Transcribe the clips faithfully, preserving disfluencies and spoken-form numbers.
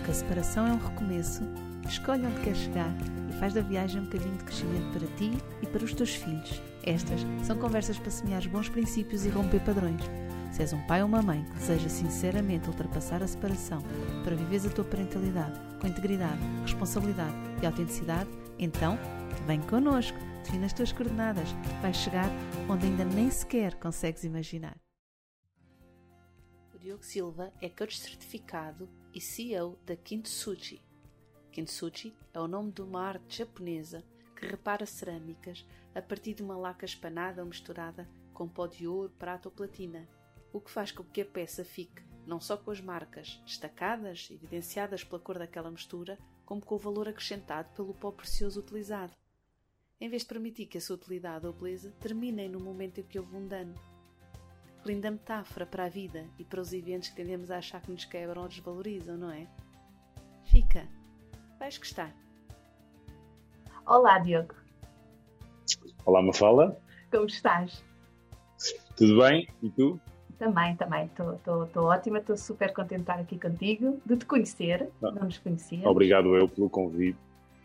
porque a separação é um recomeço, escolhe onde quer chegar e faz da viagem um caminho de crescimento para ti e para os teus filhos. Estas são conversas para semear bons princípios e romper padrões. Se és um pai ou uma mãe que deseja sinceramente ultrapassar a separação para viveres a tua parentalidade com integridade, responsabilidade e autenticidade, então vem connosco, define as tuas coordenadas, vais chegar onde ainda nem sequer consegues imaginar. O Diogo Silva é coach certificado e C E O da Kintsugi. Kintsugi é o nome de uma arte japonesa que repara cerâmicas a partir de uma laca espanada ou misturada com pó de ouro, prata ou platina, o que faz com que a peça fique não só com as marcas destacadas, evidenciadas pela cor daquela mistura, como com o valor acrescentado pelo pó precioso utilizado, em vez de permitir que a sua utilidade ou beleza terminem no momento em que houve um dano. Que linda metáfora para a vida e para os eventos que tendemos a achar que nos quebram ou desvalorizam, não é? Fica, vais gostar. Olá, Diogo. Olá, Mafalda. Como estás? Tudo bem? E tu? Também, também. Estou ótima, estou super contente de estar aqui contigo, de te conhecer, não, não nos conhecia. Obrigado eu pelo convite.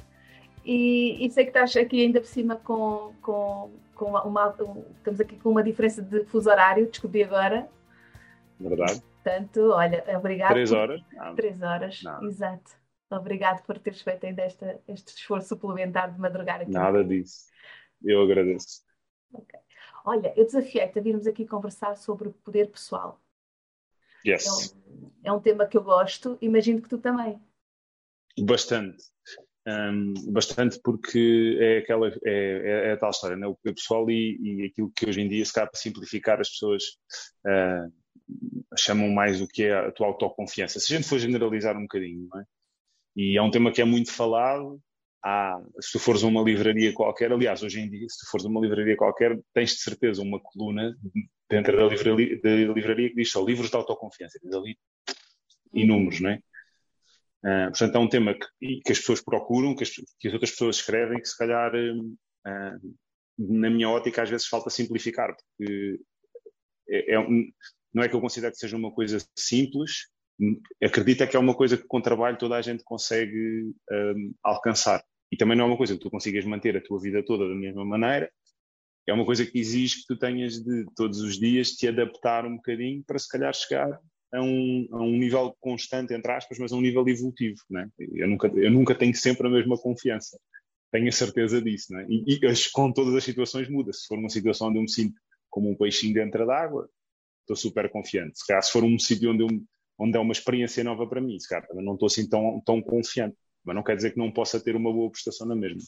E, e sei que estás aqui ainda por cima com, com, com uma, uma... Estamos aqui com uma diferença de fuso horário, descobri agora. Verdade. Portanto, olha, obrigado. Três por... horas? Não. Três horas, não. Exato. Obrigado por teres feito ainda esta, este esforço suplementar de madrugar aqui. Nada disso. Eu agradeço. Ok. Olha, eu desafiei-te a virmos aqui conversar sobre o poder pessoal. Yes. É um, é um tema que eu gosto, imagino que tu também. Bastante. Um, bastante porque é aquela é, é, é a tal história, né? O poder pessoal e, e aquilo que hoje em dia se calhar para simplificar as pessoas uh, chamam mais o que é a tua autoconfiança. Se a gente for generalizar um bocadinho, não é? E é um tema que é muito falado. Ah, se tu fores a uma livraria qualquer, aliás, hoje em dia, se tu fores a uma livraria qualquer, tens de certeza uma coluna dentro da livraria, da livraria que diz só livros de autoconfiança. Diz ali inúmeros, não é? Uh, portanto, é um tema que, que as pessoas procuram, que as, que as outras pessoas escrevem, que se calhar, uh, na minha ótica, às vezes falta simplificar, porque é, é, não é que eu considero que seja uma coisa simples, acredito é que é uma coisa que com trabalho toda a gente consegue um, alcançar. E também não é uma coisa que tu consigas manter a tua vida toda da mesma maneira, é uma coisa que exige que tu tenhas de todos os dias te adaptar um bocadinho para se calhar chegar a um, a um nível constante, entre aspas, mas a um nível evolutivo, não é? Eu nunca, eu nunca tenho sempre a mesma confiança, tenho a certeza disso, não é? E, e com todas as situações muda. Se for uma situação onde eu me sinto como um peixinho dentro da água, estou super confiante. Se calhar se for um sítio onde eu onde é uma experiência nova para mim, se calhar não estou assim tão, tão confiante, mas não quer dizer que não possa ter uma boa prestação na mesma.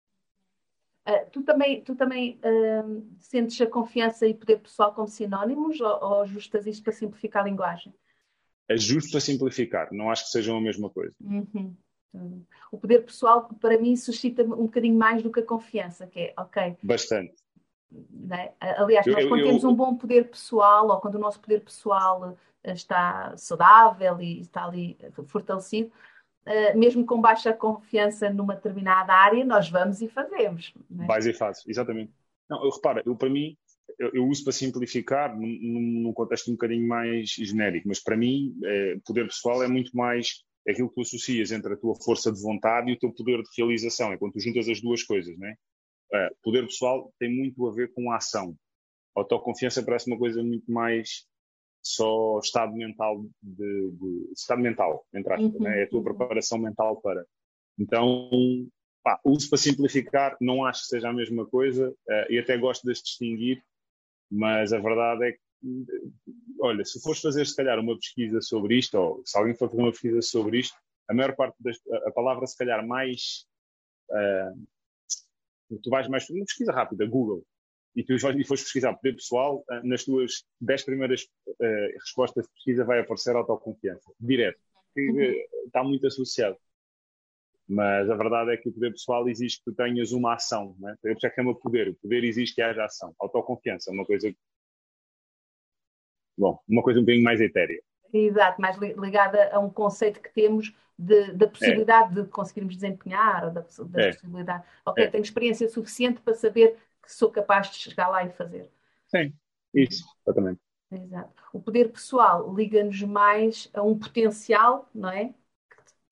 Uh, tu também, tu também uh, sentes a confiança e poder pessoal como sinónimos ou, ou ajustas isto para simplificar a linguagem? Ajusto para simplificar, não acho que sejam a mesma coisa. Uhum. Uhum. O poder pessoal, para mim, suscita um bocadinho mais do que a confiança, que é, ok... Bastante. Né? Aliás, nós eu, quando eu, temos eu... um bom poder pessoal, ou quando o nosso poder pessoal está saudável e está ali fortalecido, uh, mesmo com baixa confiança numa determinada área, nós vamos e fazemos. Não é? Vais e fazes, exatamente. Não, eu reparo, eu para mim, eu, eu uso para simplificar num, num contexto um bocadinho mais genérico, mas para mim, é, poder pessoal é muito mais aquilo que tu associas entre a tua força de vontade e o teu poder de realização, é quando tu juntas as duas coisas, não é? É, poder pessoal tem muito a ver com a ação. A autoconfiança parece uma coisa muito mais só estado mental de, de estado mental, entre aspas, Uhum, né? É a tua uhum. preparação mental para. Então, pá, uso para simplificar, não acho que seja a mesma coisa, uh, e até gosto de as distinguir, mas a verdade é que, olha, se fores fazer se calhar uma pesquisa sobre isto, ou se alguém for fazer uma pesquisa sobre isto, a maior parte das, a, a palavra se calhar mais uh, tu vais mais, uma pesquisa rápida, Google, e tu vais, e fores pesquisar poder pessoal, nas tuas dez primeiras uh, respostas de pesquisa vai aparecer autoconfiança, direto, que uh, está muito associado. Mas a verdade é que o poder pessoal exige que tu tenhas uma ação, né? Eu já que é o poder, o poder exige que haja ação. Autoconfiança é uma coisa, bom, uma coisa um bocadinho mais etérea. Exato, mais ligada a um conceito que temos de, da possibilidade é. de conseguirmos desempenhar, ou da, da é. possibilidade. Ok, é. tenho experiência suficiente para saber que sou capaz de chegar lá e fazer. Sim, isso, exatamente. Exato. O poder pessoal liga-nos mais a um potencial, não é?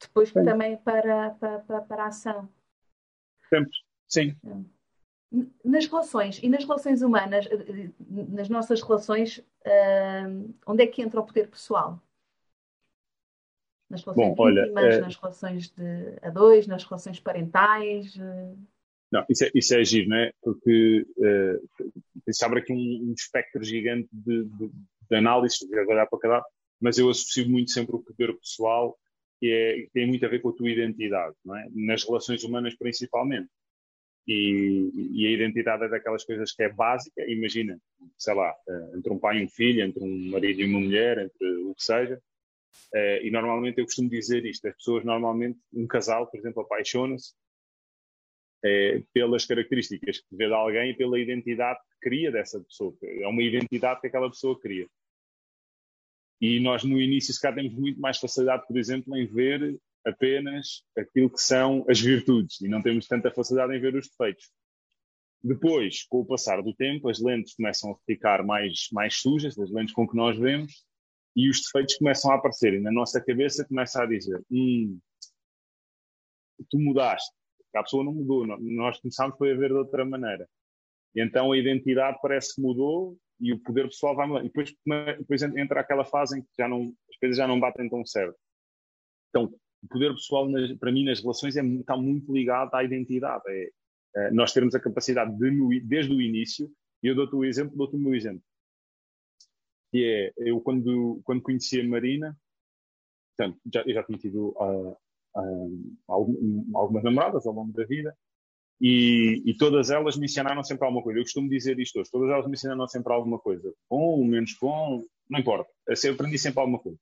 depois Sim. também para, para, para, para a ação. Sempre, sim. Nas relações e nas relações humanas, nas nossas relações, uh, onde é que entra o poder pessoal? Nas relações Bom, olha, íntimas, é... nas relações de a dois, nas relações parentais? Uh... Não, isso é, isso é giro, não é? Porque uh, isso abre aqui um, um espectro gigante de, de, de análise, se quiser olhar para cada lado, mas eu associo muito sempre o poder pessoal, que, é, que tem muito a ver com a tua identidade, não é? Nas relações humanas principalmente. E, e a identidade é daquelas coisas que é básica, imagina, sei lá, entre um pai e um filho, entre um marido e uma mulher, entre o que seja, e normalmente eu costumo dizer isto, as pessoas normalmente, um casal, por exemplo, apaixona-se é, pelas características que vê de alguém e pela identidade que cria dessa pessoa, é uma identidade que aquela pessoa cria. E nós no início se calhar temos muito mais facilidade, por exemplo, em ver apenas aquilo que são as virtudes e não temos tanta facilidade em ver os defeitos. Depois, com o passar do tempo, as lentes começam a ficar mais, mais sujas, as lentes com que nós vemos, e os defeitos começam a aparecer. E na nossa cabeça começa a dizer, hum, tu mudaste. A pessoa não mudou, nós começámos a ver de outra maneira. E então a identidade parece que mudou e o poder pessoal vai mudar. E depois, depois entra aquela fase em que já não, as coisas já não batem tão certo. Então, o poder pessoal, para mim, nas relações, é, está muito ligado à identidade. É, é nós termos a capacidade de, desde o início, e eu dou-te o exemplo, dou-te o meu exemplo, que é, eu quando, quando conheci a Marina, portanto, já, eu já tinha tido uh, uh, algum, algumas namoradas ao longo da vida, e, e todas elas me ensinaram sempre alguma coisa. Eu costumo dizer isto hoje, todas elas me ensinaram sempre alguma coisa. Bom, menos bom, não importa. Eu aprendi sempre alguma coisa.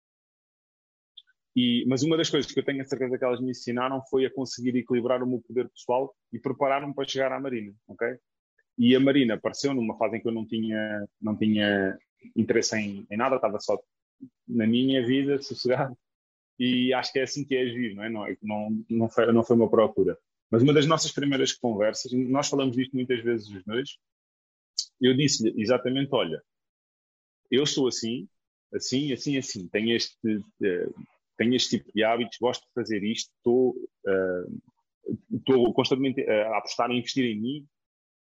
E, mas uma das coisas que eu tenho a certeza que elas me ensinaram foi a conseguir equilibrar o meu poder pessoal e preparar-me para chegar à Marina, ok? E a Marina apareceu numa fase em que eu não tinha, não tinha interesse em, em nada, estava só na minha vida, sossegado, e acho que é assim que é agir, não é? Não, não, não, foi, não foi uma procura. Mas uma das nossas primeiras conversas, nós falamos disto muitas vezes os dois, eu disse-lhe exatamente, olha, eu sou assim, assim, assim, assim, tenho este... Uh, tenho este tipo de hábitos, gosto de fazer isto, estou, uh, estou constantemente a apostar em investir em mim.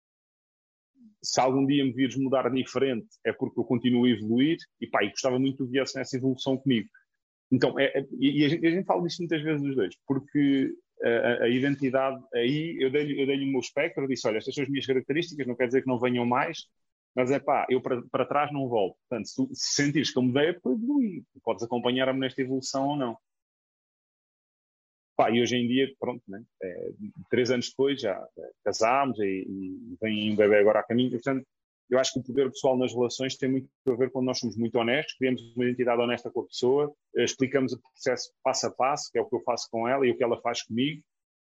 Se algum dia me vires mudar diferente, é porque eu continuo a evoluir e, pá, e gostava muito que viesse nessa evolução comigo. Então, é, é, e a gente, a gente fala disto muitas vezes os dois, porque a, a identidade, aí eu dei-lhe eu dei-lhe o meu espectro, eu disse, olha, estas são as minhas características, não quer dizer que não venham mais, mas é pá, eu para, para trás não volto. Portanto, se, tu, se sentires que eu mudei, é porque eu evoluí. Podes acompanhar-me nesta evolução ou não. Pá, e hoje em dia, pronto, né? É, três anos depois já é, casámos e, e vem um bebê agora a caminho. Portanto, eu acho que o poder pessoal nas relações tem muito a ver quando nós somos muito honestos, criamos uma identidade honesta com a pessoa, explicamos o processo passo a passo, que é o que eu faço com ela e o que ela faz comigo.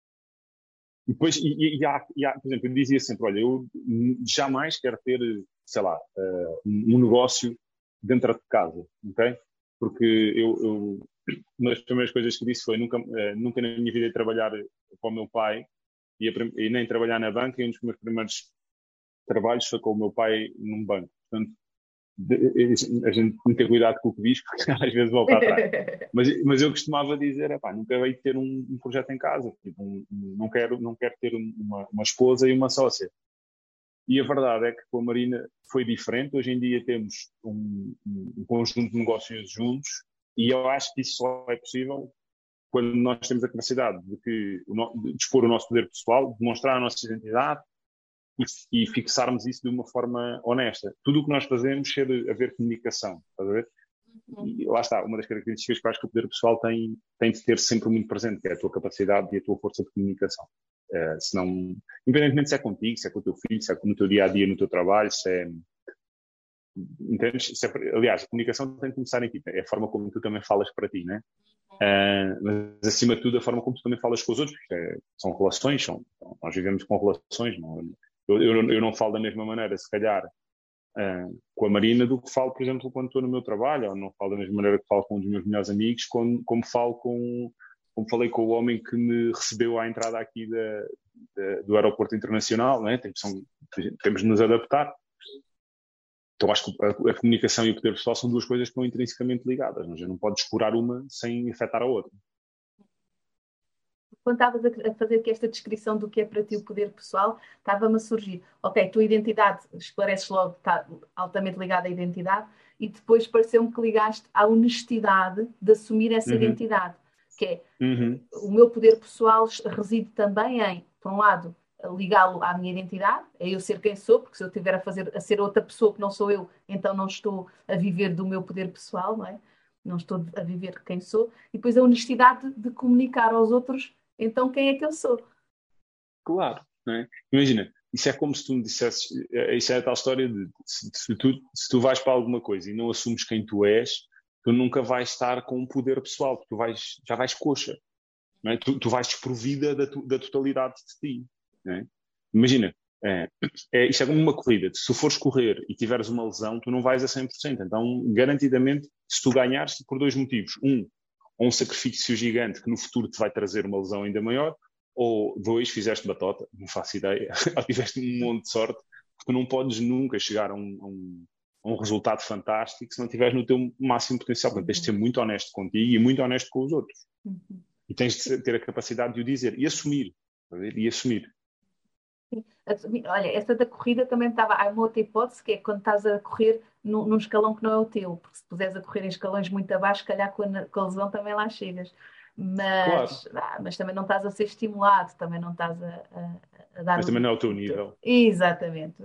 E depois, e, e, há, e há, por exemplo, eu dizia sempre, olha, eu jamais quero ter, sei lá, uh, um negócio dentro de casa, ok? Porque eu, eu, uma das primeiras coisas que disse foi, nunca, uh, nunca na minha vida ia trabalhar com o meu pai e, a, e nem trabalhar na banca, e um dos meus primeiros trabalhos foi com o meu pai num banco. Portanto, a gente tem que ter cuidado com o que diz, porque às vezes volta atrás. Mas, mas eu costumava dizer, epá, nunca hei de ter um, um projeto em casa. Tipo, um, um, não, quero, não quero ter uma, uma esposa e uma sócia. E a verdade é que com a Marina foi diferente. Hoje em dia temos um, um conjunto de negócios juntos e eu acho que isso só é possível quando nós temos a capacidade de, que, de dispor o nosso poder pessoal, demonstrar a nossa identidade e fixarmos isso de uma forma honesta. Tudo o que nós fazemos é de haver comunicação, estás a ver? E lá está, uma das características que eu acho que o poder pessoal tem, tem de ter sempre muito presente, que é a tua capacidade e a tua força de comunicação. Uh, senão, independentemente se é contigo, se é com o teu filho, se é no teu dia-a-dia, no teu trabalho, se é... Entendes? Se é, aliás, a comunicação tem que começar em ti, é a forma como tu também falas para ti, né? Uh, mas acima de tudo a forma como tu também falas com os outros, porque é, são relações, são, nós vivemos com relações, não é? Eu, eu, eu não falo da mesma maneira, se calhar, uh, com a Marina do que falo, por exemplo, quando estou no meu trabalho, ou não falo da mesma maneira que falo com um dos meus melhores amigos, como, como falo com, como falei com o homem que me recebeu à entrada aqui da, da, do aeroporto internacional, não é? Tem, são, temos de nos adaptar. Então acho que a, a comunicação e o poder pessoal são duas coisas que estão intrinsecamente ligadas, mas não pode descurar uma sem afetar a outra. quando estavas a fazer aqui esta descrição do que é para ti o poder pessoal, estava-me a surgir, ok, tua identidade, esclareces logo, está altamente ligada à identidade, e depois pareceu-me que ligaste à honestidade de assumir essa Uhum. identidade, que é, Uhum. o meu poder pessoal reside também em, por um lado, ligá-lo à minha identidade, é eu ser quem sou, porque se eu estiver a fazer, a ser outra pessoa que não sou eu, então não estou a viver do meu poder pessoal, não é? Não estou a viver quem sou. E depois a honestidade de comunicar aos outros, então, quem é que eu sou. Claro, não é? Imagina, isso é como se tu me dissesses, isso é a tal história de, se, se, tu, se tu vais para alguma coisa e não assumes quem tu és, tu nunca vais estar com um poder pessoal, tu vais, já vais coxa, não é? tu, tu vais desprovida da, tu, da totalidade de ti. Não é? Imagina, é, é, isto é como uma corrida. Se fores correr e tiveres uma lesão, tu não vais a cem por cento. Então, garantidamente, se tu ganhares, por dois motivos. Um, ou um sacrifício gigante que no futuro te vai trazer uma lesão ainda maior, ou dois, fizeste batota, não faço ideia, ou tiveste um monte de sorte, porque tu não podes nunca chegar a um, a um, a um resultado fantástico se não estiveres no teu máximo potencial. Portanto, tens de ser muito honesto contigo e muito honesto com os outros. Uhum. E tens de ter a capacidade de o dizer e assumir. E assumir. Olha, essa da corrida também estava. Há uma outra hipótese que é quando estás a correr num, num escalão que não é o teu, porque se puseres a correr em escalões muito abaixo, se calhar com a, com a lesão também lá chegas. Mas, Claro. ah, mas também não estás a ser estimulado, também não estás a, a, a dar. Mas o, também não é o teu nível. Teu. Exatamente.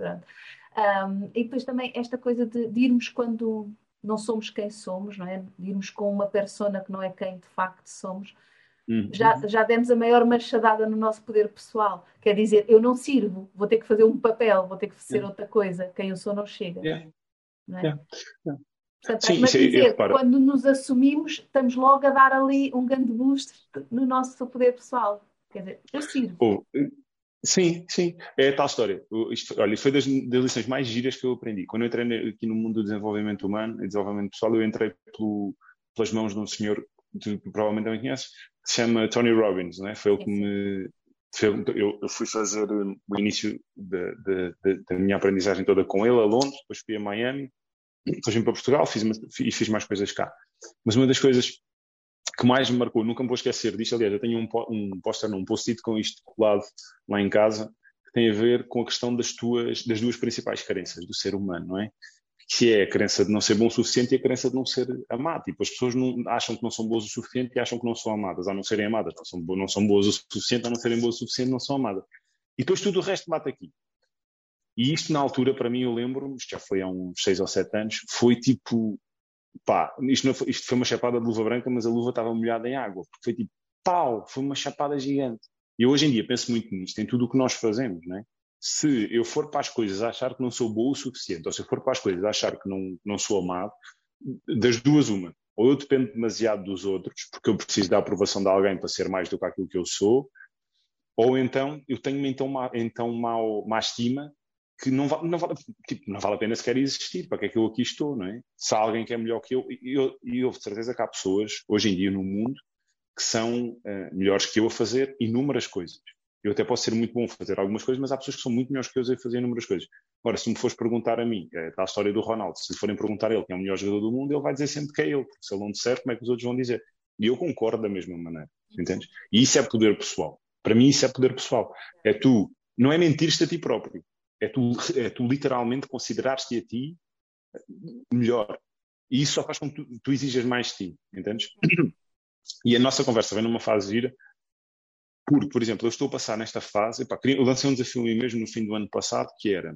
Um, e depois também esta coisa de, de irmos quando não somos quem somos, não é? De irmos com uma persona que não é quem de facto somos. Uhum. Já, já demos a maior machadada no nosso poder pessoal. Quer dizer, eu não sirvo, vou ter que fazer um papel, vou ter que ser yeah. outra coisa. Quem eu sou não chega. Yeah. Não é? Yeah. Yeah. Portanto, Sim, mas isso, dizer, eu, eu, quando nos assumimos, estamos logo a dar ali um grande boost no nosso poder pessoal. Quer dizer, eu sirvo. oh, sim, sim. É a tal história. Isto, olha, foi das, das lições mais giras que eu aprendi. Quando eu entrei aqui no mundo do desenvolvimento humano e desenvolvimento pessoal, eu entrei pelo, pelas mãos de um senhor que tu provavelmente também conheces, que se chama Tony Robbins, não é? Foi ele que me... Eu, eu fui fazer o início da, da, da minha aprendizagem toda com ele a Londres, depois fui a Miami, depois vim para Portugal fiz uma, e fiz mais coisas cá. Mas uma das coisas que mais me marcou, nunca me vou esquecer disto, aliás, eu tenho um, um póster, um post-it com isto colado lá em casa, que tem a ver com a questão das, tuas, das duas principais carências do ser humano, não é? Que é a crença de não ser bom o suficiente e a crença de não ser amado. Tipo, as pessoas não, acham que não são boas o suficiente e acham que não são amadas, a não serem amadas. Não são, não são boas o suficiente, a não serem boas o suficiente, não são amadas. E depois tudo o resto bate aqui. E isto, na altura, para mim, eu lembro-me, isto já foi há uns seis ou sete anos, foi tipo, pá, isto, não foi, isto foi uma chapada de luva branca, mas a luva estava molhada em água. Porque foi tipo, pau, foi uma chapada gigante. E hoje em dia penso muito nisto, em tudo o que nós fazemos, não é? Se eu for para as coisas a achar que não sou boa o suficiente, ou se eu for para as coisas a achar que não, não sou amado, das duas uma. Ou eu dependo demasiado dos outros, porque eu preciso da aprovação de alguém para ser mais do que aquilo que eu sou, ou então eu tenho então má, então mau, má estima que não, va, não, vale, tipo, não vale a pena sequer existir. Para que é que eu aqui estou, não é? Se há alguém que é melhor que eu, e eu, eu, eu de certeza que há pessoas, hoje em dia no mundo, que são uh, melhores que eu a fazer inúmeras coisas. Eu até posso ser muito bom a fazer algumas coisas, mas há pessoas que são muito melhores que eu a fazer inúmeras coisas. Agora, se me fores perguntar a mim, é a história do Ronaldo, se lhe forem perguntar a ele quem é o melhor jogador do mundo, ele vai dizer sempre que é ele, porque se ele não disser, como é que os outros vão dizer? E eu concordo da mesma maneira, entendes? E isso é poder pessoal. Para mim isso é poder pessoal. É tu, não é mentir-te a ti próprio, é tu, é tu literalmente considerares-te a ti melhor. E isso só faz com que tu, tu exijas mais de ti, entendes? E a nossa conversa vem numa fase gira, porque, por exemplo, eu estou a passar nesta fase, epá, eu lancei um desafio a mim mesmo no fim do ano passado, que era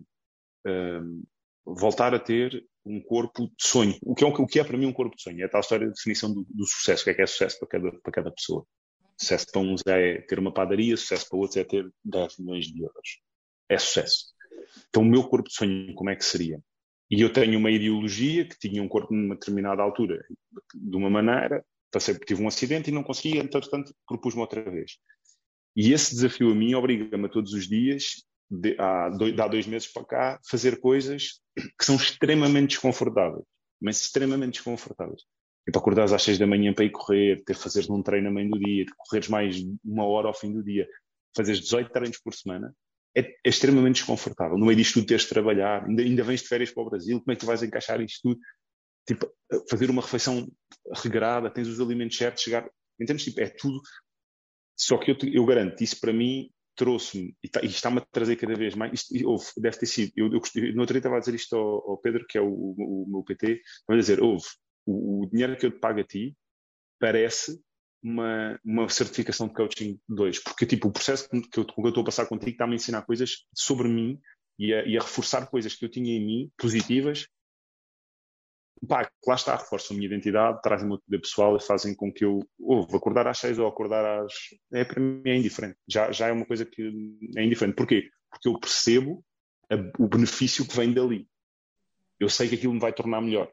um, voltar a ter um corpo de sonho. O que, é, o que é para mim um corpo de sonho? É a tal história de definição do, do sucesso. O que é que é sucesso para cada, para cada pessoa? Sucesso para uns é ter uma padaria, sucesso para outros é ter dez milhões de euros. É sucesso. Então o meu corpo de sonho, como é que seria? E eu tenho uma ideologia que tinha um corpo numa determinada altura de uma maneira, passei, tive um acidente e não conseguia, então, portanto, propus-me outra vez. E esse desafio a mim obriga-me a todos os dias, de, há, dois, de há dois meses para cá, fazer coisas que são extremamente desconfortáveis, mas extremamente desconfortáveis. Tipo, acordares às seis da manhã para ir correr, ter de fazeres um treino a meio do dia, de correres mais uma hora ao fim do dia, fazeres dezoito treinos por semana, é, é extremamente desconfortável. No meio disto tudo teres de trabalhar, ainda, ainda vens de férias para o Brasil, como é que tu vais encaixar isto tudo? Tipo, fazer uma refeição regrada, tens os alimentos certos, chegar... Entendes? Tipo, é tudo Só que eu, eu garanto, isso para mim trouxe-me, e, tá, e está-me a trazer cada vez mais, isto, houve, deve ter sido, eu, eu, eu no outro dia estava a dizer isto ao, ao Pedro, que é o, o, o meu P T, estava a dizer, houve, o, o dinheiro que eu te pago a ti parece uma, uma certificação de coaching dois, porque tipo, o processo que eu, que eu estou a passar contigo está-me a ensinar coisas sobre mim e a, e a reforçar coisas que eu tinha em mim, positivas. Pá, lá está, reforçam a minha identidade, trazem o meu poder pessoal e fazem com que eu ou vou acordar às seis ou acordar às... É, para mim é indiferente. Já, já é uma coisa que é indiferente. Porquê? Porque eu percebo a, o benefício que vem dali. Eu sei que aquilo me vai tornar melhor.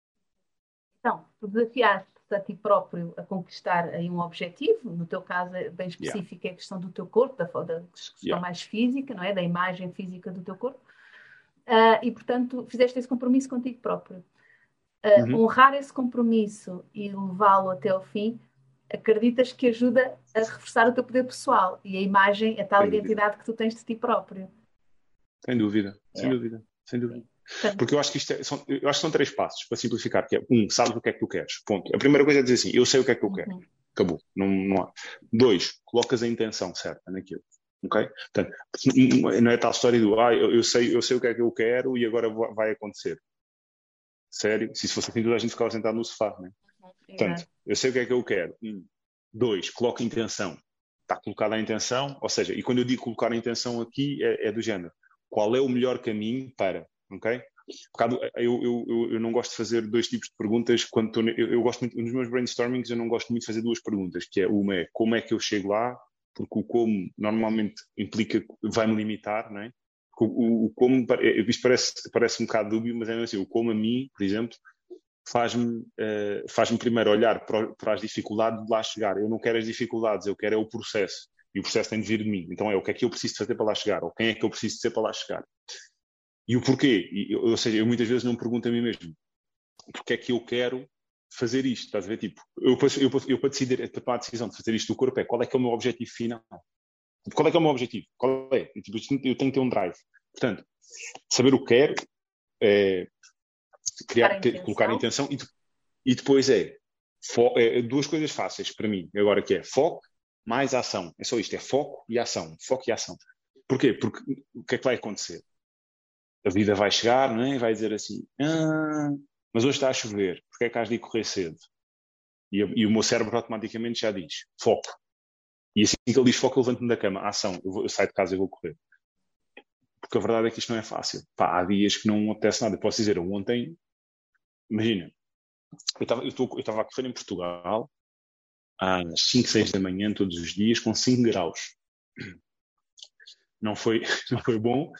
Então, tu desafiaste a ti próprio a conquistar aí um objetivo, no teu caso é bem específico, yeah. É a questão do teu corpo, da, da questão yeah. mais física, não é? Da imagem física do teu corpo. Uh, e, portanto, fizeste esse compromisso contigo próprio. Uh, uhum. Honrar esse compromisso e levá-lo até ao fim, acreditas que ajuda a reforçar o teu poder pessoal e a imagem, a tal sem identidade dúvida. Que tu tens de ti próprio. Sem dúvida, sem é. dúvida, sem dúvida. Porque eu acho que isto é, são, eu acho que são três passos para simplificar, que é, um, sabes o que é que tu queres, ponto. A primeira coisa é dizer assim, eu sei o que é que eu quero, uhum. acabou, não, não há. Dois, colocas a intenção certa naquilo, ok? Portanto, não é tal história do, ah, eu, eu, sei, eu sei o que é que eu quero e agora vai acontecer. Sério? Se isso fosse assim, toda a gente ficava sentado no sofá, né? Uhum. Portanto, eu sei o que é que eu quero. Um. Dois, coloca a intenção. Está colocada a intenção, ou seja, e quando eu digo colocar a intenção aqui, é, é do género. Qual é o melhor caminho para, ok? Eu, eu, eu, eu não gosto de fazer dois tipos de perguntas. Quando estou, eu, eu gosto muito, nos meus brainstormings, eu não gosto muito de fazer duas perguntas, que é uma é como é que eu chego lá, porque o como normalmente implica, vai-me limitar, não é? O, o, o como, isto parece, parece um bocado dúbio, mas é assim, o como a mim, por exemplo, faz-me, uh, faz-me primeiro olhar para, para as dificuldades de lá chegar. Eu não quero as dificuldades, eu quero é o processo. E o processo tem de vir de mim. Então é o que é que eu preciso fazer para lá chegar, ou quem é que eu preciso ser para lá chegar. E o porquê. E, ou seja, eu muitas vezes não me pergunto a mim mesmo porque é que eu quero fazer isto. Estás a ver? Tipo, eu, eu, eu, eu para decidir, para a decisão de fazer isto do corpo é qual é que é o meu objetivo final. Qual é que é o meu objetivo? Qual é? Eu, tipo, eu tenho que ter um drive. Portanto, saber o que quero, é, criar, ter, colocar a intenção e, e depois é, fo, é duas coisas fáceis para mim agora, que é foco mais ação. É só isto, é foco e ação. Foco e ação. Porquê? Porque o que é que vai acontecer? A vida vai chegar, não é? Vai dizer assim, ah, mas hoje está a chover, porque é que has de ir correr cedo? E, e o meu cérebro automaticamente já diz, foco. E assim que ele diz foco, eu levanto-me da cama, ação, eu, vou, eu saio de casa e vou correr. Porque a verdade é que isto não é fácil. Pá, há dias que não acontece nada. Eu posso dizer, ontem, imagina, eu estava eu eu a correr em Portugal às cinco, seis da manhã, todos os dias, com cinco graus. Não foi, não foi bom.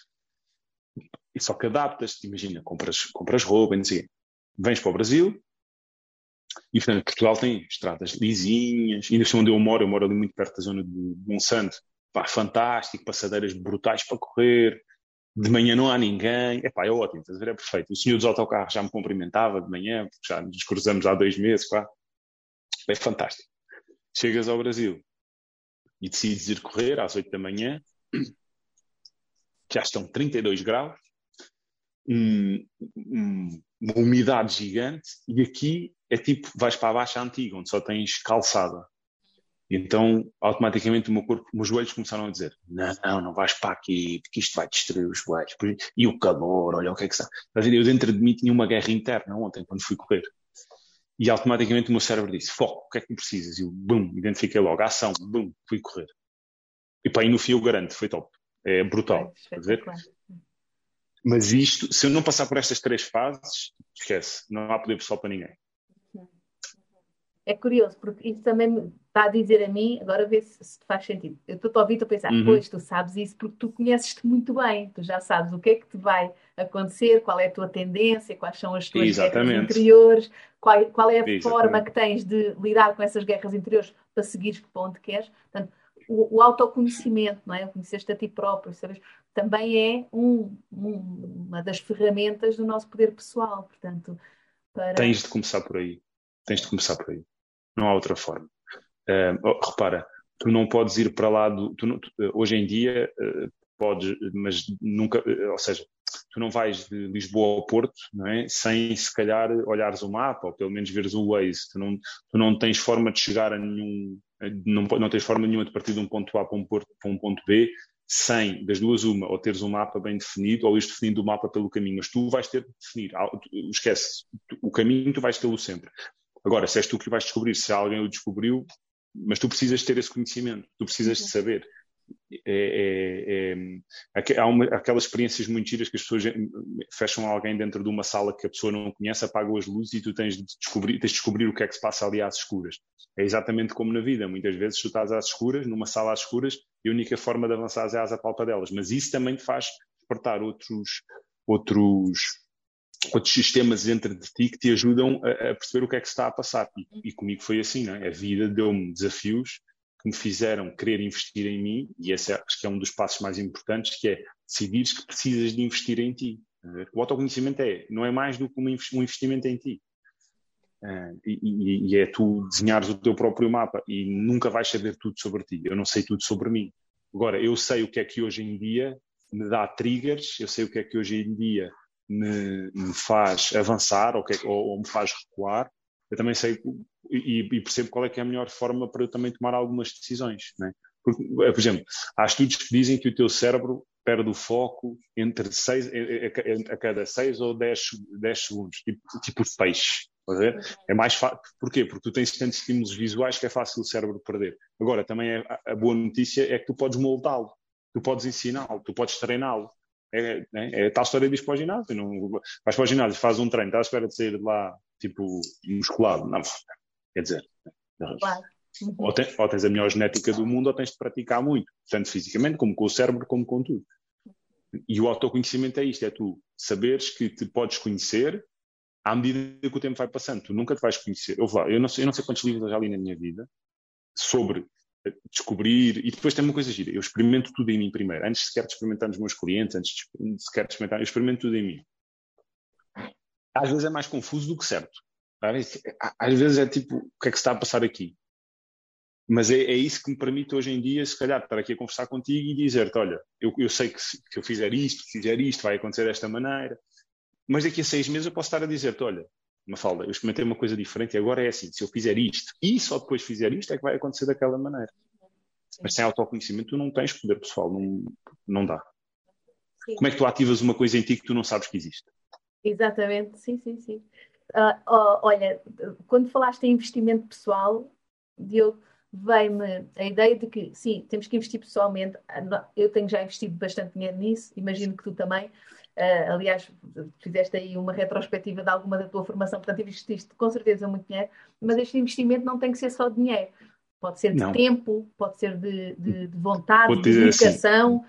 E só que adaptas-te, imagina, compras, compras roupa, não sei. Vens para o Brasil e, portanto, Portugal tem estradas lisinhas. Ainda onde eu moro, eu moro ali muito perto da zona de Monsanto. Pá, fantástico, passadeiras brutais para correr. De manhã não há ninguém. Epá, é ótimo, estás a ver? É perfeito. O senhor dos autocarros já me cumprimentava de manhã, porque já nos cruzamos há dois meses, pá. É fantástico. Chegas ao Brasil e decides ir correr às oito da manhã, já estão trinta e dois graus, um, um, uma umidade gigante, e aqui é tipo, vais para a Baixa Antiga, onde só tens calçada. E então, automaticamente, o meu corpo, os meus joelhos começaram a dizer, não, não vais para aqui, porque isto vai destruir os joelhos. E o calor, olha o que é que está. Eu dentro de mim tinha uma guerra interna ontem, quando fui correr. E automaticamente o meu cérebro disse, foco, o que é que precisas? E eu, bum, identifiquei logo, ação, bum, fui correr. E pá, e no fim eu garanto, foi top. É brutal. É, ver? Mas isto, se eu não passar por estas três fases, esquece, não há poder pessoal para ninguém. É curioso, porque isso também me está a dizer a mim, agora vê se, se faz sentido. Eu estou a ouvir, estou a pensar, uhum. Pois, tu sabes isso porque tu conheces-te muito bem, tu já sabes o que é que te vai acontecer, qual é a tua tendência, quais são as tuas Exatamente. guerras interiores, qual, qual é a Exatamente. forma que tens de lidar com essas guerras interiores para seguires para onde queres. Portanto, o, o autoconhecimento, não é? O conheceste a ti próprio, sabes? Também é um, um, uma das ferramentas do nosso poder pessoal, portanto... Para... Tens de começar por aí. Tens de começar por aí. Não há outra forma. Uh, oh, repara, tu não podes ir para lá do... Tu não, tu, hoje em dia uh, podes, mas nunca... Uh, ou seja, tu não vais de Lisboa ao Porto, não é? Sem, se calhar, olhares o mapa, ou pelo menos veres o Waze. Tu não, tu não tens forma de chegar a nenhum, Não, não tens forma nenhuma de partir de um ponto A para um, para um ponto B sem, das duas, uma, ou teres um mapa bem definido, ou ires definindo o mapa pelo caminho. Mas tu vais ter de definir. Esquece, o caminho tu vais tê-lo sempre. Agora, se és tu que vais descobrir, se alguém o descobriu, mas tu precisas ter esse conhecimento, tu precisas de saber. É, é, é, há uma, aquelas experiências muito giras que as pessoas fecham alguém dentro de uma sala que a pessoa não conhece, apagam as luzes e tu tens de descobrir, tens de descobrir o que é que se passa ali às escuras. É exatamente como na vida. Muitas vezes tu estás às escuras, numa sala às escuras, e a única forma de avançar é às apalpadelas. Mas isso também te faz despertar outros, outros, outros sistemas dentro de ti que te ajudam a, a perceber o que é que se está a passar. E, e comigo foi assim, não é? A vida deu-me desafios que me fizeram querer investir em mim, e esse é, acho que é um dos passos mais importantes, que é decidires que precisas de investir em ti. O autoconhecimento é, não é mais do que um investimento em ti. Uh, e, e é tu desenhares o teu próprio mapa e nunca vais saber tudo sobre ti. Eu não sei tudo sobre mim. Agora, eu sei o que é que hoje em dia me dá triggers, eu sei o que é que hoje em dia me, me faz avançar ou, que é, ou, ou me faz recuar. Eu também sei e, e percebo qual é que é a melhor forma para eu também tomar algumas decisões, não é? Porque, por exemplo, há estudos que dizem que o teu cérebro perde o foco entre seis, a, a, a cada seis ou dez, dez segundos, tipo, tipo peixe. É mais fácil. Porquê? Porque tu tens tantos estímulos visuais que é fácil o cérebro perder. Agora, também é, a boa notícia é que tu podes moldá-lo, tu podes ensiná-lo, tu podes treiná-lo. É, é, é tal história diz para o ginásio. Não, vais para o ginásio, fazes um treino, estás à espera de sair de lá, tipo, musculado. Não, quer dizer, claro. Uhum. ou, tens, ou tens a melhor genética do mundo ou tens de praticar muito, tanto fisicamente como com o cérebro, como com tudo. E o autoconhecimento é isto, é tu saberes que te podes conhecer à medida que o tempo vai passando. Tu nunca te vais conhecer. Eu, lá, eu, não sei, eu não sei quantos livros eu já li na minha vida sobre descobrir, e depois tem uma coisa gira, eu experimento tudo em mim primeiro, antes sequer de experimentar nos meus clientes, antes de sequer de experimentar, eu experimento tudo em mim. Às vezes é mais confuso do que certo. Às vezes é tipo, o que é que se está a passar aqui? Mas é, é isso que me permite hoje em dia, se calhar, estar aqui a conversar contigo e dizer-te, olha, eu, eu sei que se que eu fizer isto, fizer isto, vai acontecer desta maneira, mas daqui a seis meses eu posso estar a dizer-te, olha, Mafalda, eu experimentei uma coisa diferente e agora é assim, se eu fizer isto e só depois fizer isto é que vai acontecer daquela maneira. Sim. Mas sem autoconhecimento tu não tens poder pessoal, não, não dá. Sim. Como é que tu ativas uma coisa em ti que tu não sabes que existe? Exatamente, sim, sim, sim. Uh, oh, olha, quando falaste em investimento pessoal, Diogo, veio-me a ideia de que, sim, temos que investir pessoalmente. Eu tenho já investido bastante dinheiro nisso, imagino que tu também. Uh, aliás, fizeste aí uma retrospectiva de alguma da tua formação, portanto investiste com certeza muito dinheiro, mas este investimento não tem que ser só de dinheiro. Pode ser de não. tempo, pode ser de, de, de vontade, de dedicação.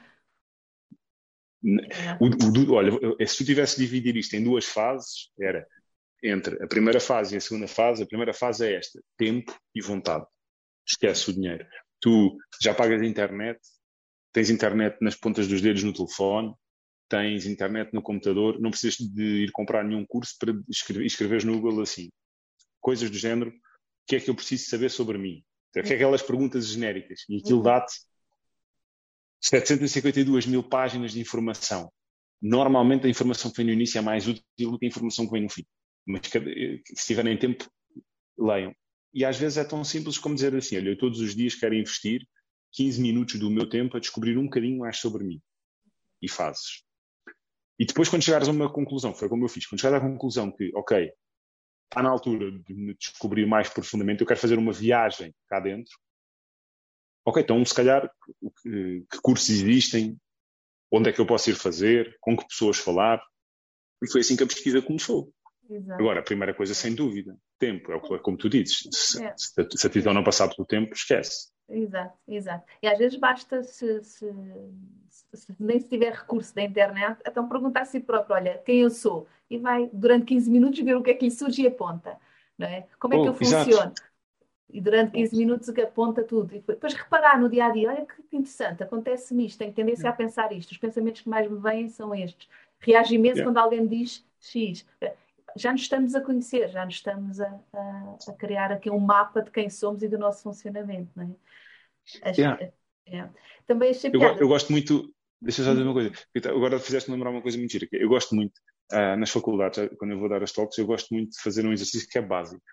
Assim, o, o, olha, se tu tivesse de dividir isto em duas fases, era entre a primeira fase e a segunda fase. A primeira fase é esta, tempo e vontade. Esquece o dinheiro. Tu já pagas a internet, tens internet nas pontas dos dedos no telefone, tens internet no computador, não precisas de ir comprar nenhum curso para escrever, escreveres no Google assim, coisas do género, o que é que eu preciso saber sobre mim? Que é aquelas perguntas genéricas, e aquilo dá-te setecentas e cinquenta e duas mil páginas de informação. Normalmente a informação que vem no início é mais útil do que a informação que vem no fim. Mas se tiverem tempo, leiam. E às vezes é tão simples como dizer assim, olha, eu todos os dias quero investir quinze minutos do meu tempo a descobrir um bocadinho mais sobre mim. E fazes. E depois, quando chegares a uma conclusão, foi como eu fiz, quando chegares à conclusão que, ok, está na altura de me descobrir mais profundamente, eu quero fazer uma viagem cá dentro, ok, então se calhar que, que cursos existem, onde é que eu posso ir fazer, com que pessoas falar, e foi assim que a pesquisa começou. Exato. Agora, a primeira coisa, sem dúvida, tempo, é como tu dizes, se, é. se, se a decisão não passar pelo tempo, esquece. Exato, exato. E às vezes basta, se, se, se nem se tiver recurso da internet, então perguntar a si próprio, olha, quem eu sou? E vai, durante quinze minutos, ver o que é que lhe surge e aponta. Não é? Como é oh, que eu funciono? Exato. E durante quinze minutos aponta tudo. E depois reparar no dia-a-dia, olha que interessante, acontece-me isto, tenho tendência yeah. a pensar isto. Os pensamentos que mais me vêm são estes. Reage imenso yeah. quando alguém me diz X. Já nos estamos a conhecer, já nos estamos a, a, a criar aqui um mapa de quem somos e do nosso funcionamento, não é? Acho, yeah. é. Também achei eu, eu gosto muito, deixa eu só dizer uma coisa, agora fizeste-me lembrar uma coisa muito gira, que eu gosto muito, uh, nas faculdades, quando eu vou dar as talks, eu gosto muito de fazer um exercício que é básico,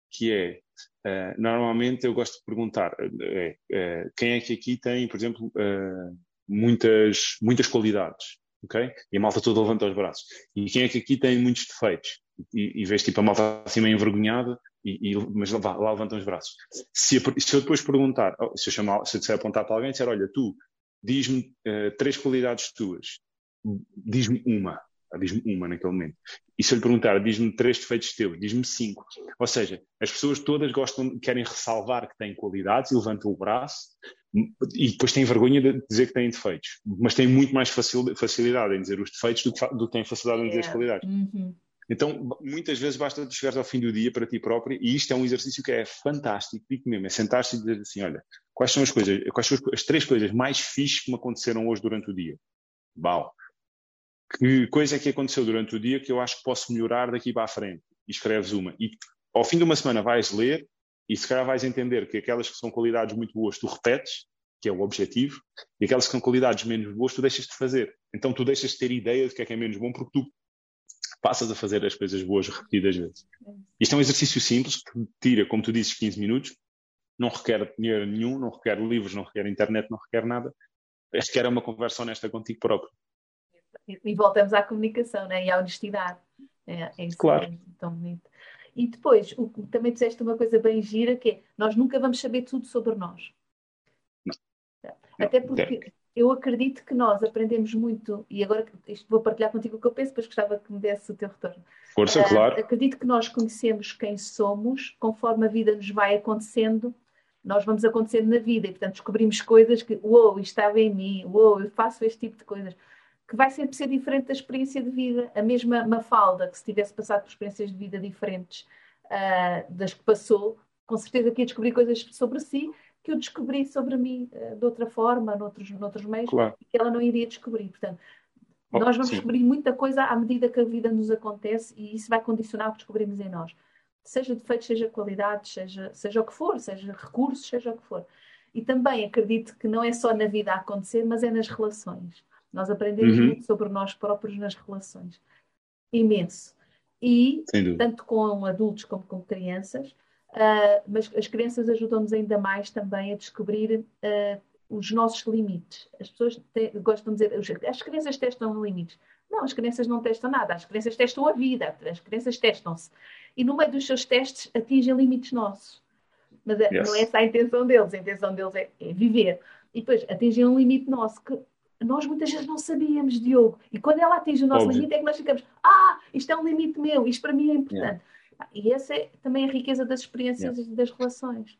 que é, uh, normalmente eu gosto de perguntar, uh, uh, quem é que aqui tem, por exemplo, uh, muitas, muitas qualidades, ok? E a malta toda levanta os braços. E quem é que aqui tem muitos defeitos? E, e vês tipo a malta assim meio envergonhada, e, e, mas lá, lá levantam os braços. Se, se eu depois perguntar, se eu, chamar, se eu disser apontar para alguém, disser, olha, tu, diz-me uh, três qualidades tuas, diz-me uma, diz-me uma naquele momento. E se eu lhe perguntar, diz-me três defeitos teus, diz-me cinco. Ou seja, as pessoas todas gostam, querem ressalvar que têm qualidades e levantam o braço, e depois têm vergonha de dizer que têm defeitos. Mas têm muito mais facil, facilidade em dizer os defeitos do que, do que têm facilidade em dizer as qualidades. Uhum. Então, muitas vezes basta tu chegares ao fim do dia para ti próprio, e isto é um exercício que é fantástico, digo mesmo, é sentar-se e dizer assim, olha, quais são as coisas, quais são as três coisas mais fixes que me aconteceram hoje durante o dia? Bom, que coisa é que aconteceu durante o dia que eu acho que posso melhorar daqui para a frente? E escreves uma. E ao fim de uma semana vais ler, e se calhar vais entender que aquelas que são qualidades muito boas tu repetes, que é o objetivo, e aquelas que são qualidades menos boas tu deixas de fazer. Então tu deixas de ter ideia de que é que é menos bom, porque tu passas a fazer as coisas boas repetidas vezes. Isto é um exercício simples, que tira, como tu dizes, quinze minutos, não requer dinheiro nenhum, não requer livros, não requer internet, não requer nada, requer uma conversa honesta contigo próprio. E, e voltamos à comunicação, né? E à honestidade. É, é isso, claro. É tão bonito. E depois, o, também disseste uma coisa bem gira, que é, nós nunca vamos saber tudo sobre nós. Não. Até porque... Não. Eu acredito que nós aprendemos muito, e agora isto vou partilhar contigo o que eu penso, depois gostava que me desse o teu retorno. Força, uh, claro. Acredito que nós conhecemos quem somos, conforme a vida nos vai acontecendo, nós vamos acontecendo na vida, e portanto descobrimos coisas que, uou, isto estava em mim, uou, eu faço este tipo de coisas, que vai sempre ser diferente da experiência de vida. A mesma Mafalda, que se tivesse passado por experiências de vida diferentes uh, das que passou, com certeza que ia descobrir coisas sobre si, que eu descobri sobre mim uh, de outra forma, noutros, noutros meios, claro. que ela não iria descobrir. Portanto, oh, nós vamos sim. descobrir muita coisa à medida que a vida nos acontece, e isso vai condicionar o que descobrimos em nós. Seja defeitos, seja qualidades, seja, seja o que for, seja recursos, seja o que for. E também acredito que não é só na vida a acontecer, mas é nas relações. Nós aprendemos uhum. muito sobre nós próprios nas relações. Imenso. E, tanto com adultos como com crianças, Uh, mas as crianças ajudam-nos ainda mais também a descobrir uh, os nossos limites. As pessoas te, gostam de dizer, as crianças testam limites. Não, as crianças não testam nada, as crianças testam a vida, as crianças testam-se. E no meio dos seus testes atingem limites nossos. Mas yes. não é essa a intenção deles, a intenção deles é, é viver. E depois atingem um limite nosso que nós muitas vezes não sabíamos, Diogo. E quando ela atinge o nosso Óbvio. limite é que nós ficamos, ah, isto é um limite meu, isto para mim é importante. Yeah. E essa é também a riqueza das experiências yeah. e das relações.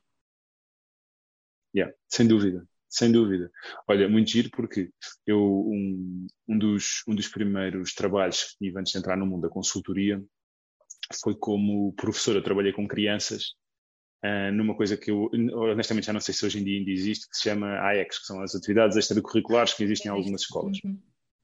Yeah, sem dúvida, sem dúvida. Olha, muito giro porque eu, um, um, dos, um dos primeiros trabalhos que tive antes de entrar no mundo da consultoria foi como professor. Eu trabalhei com crianças uh, numa coisa que eu, honestamente, já não sei se hoje em dia ainda existe, que se chama A E Cs, que são as atividades extracurriculares que existem em algumas escolas. Uhum.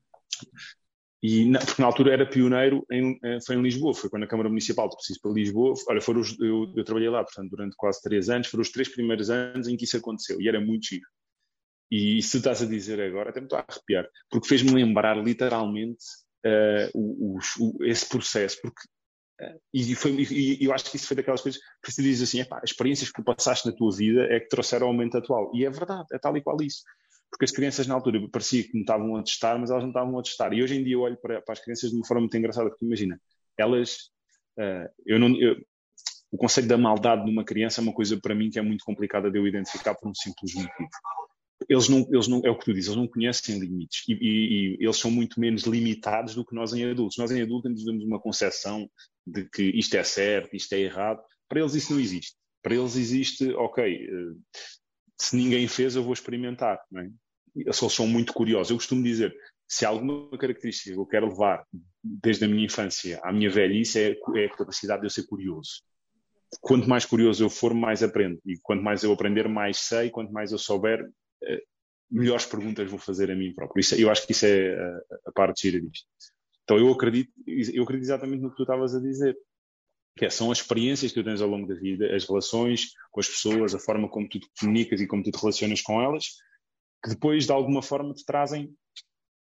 E na, porque na altura era pioneiro, em, foi em Lisboa, foi quando a Câmara Municipal de Preciso para Lisboa, olha, foram os, eu, eu trabalhei lá, portanto, durante quase três anos, foram os três primeiros anos em que isso aconteceu, e era muito giro. E se estás a dizer agora, até me estou a arrepiar, porque fez-me lembrar literalmente uh, o, o, esse processo, porque, uh, e, foi, e eu acho que isso foi daquelas coisas que se diz assim, epá, as experiências que tu passaste na tua vida é que trouxeram ao momento atual, e é verdade, é tal e qual isso. Porque as crianças na altura parecia que me estavam a testar, mas elas não estavam a testar. E hoje em dia eu olho para, para as crianças de uma forma muito engraçada, porque imagina, elas, uh, eu não, eu, o conceito da maldade de uma criança é uma coisa para mim que é muito complicada de eu identificar por um simples motivo. Eles não, eles não, é o que tu dizes, eles não conhecem limites e, e, e eles são muito menos limitados do que nós em adultos. Nós em adultos temos uma concepção de que isto é certo, isto é errado. Para eles isso não existe. Para eles existe, ok, uh, se ninguém fez eu vou experimentar, não é? Eles são muito curiosos. Eu costumo dizer, se há alguma característica que eu quero levar desde a minha infância à minha velhice é, é a capacidade de eu ser curioso. Quanto mais curioso eu for, mais aprendo. E quanto mais eu aprender, mais sei. Quanto mais eu souber, melhores perguntas vou fazer a mim próprio. Isso, eu acho que isso é a, a parte gira disto. Então eu acredito, eu acredito exatamente no que tu estavas a dizer. Que é, são as experiências que tu tens ao longo da vida, as relações com as pessoas, a forma como tu te comunicas e como tu te relacionas com elas, que depois, de alguma forma, te trazem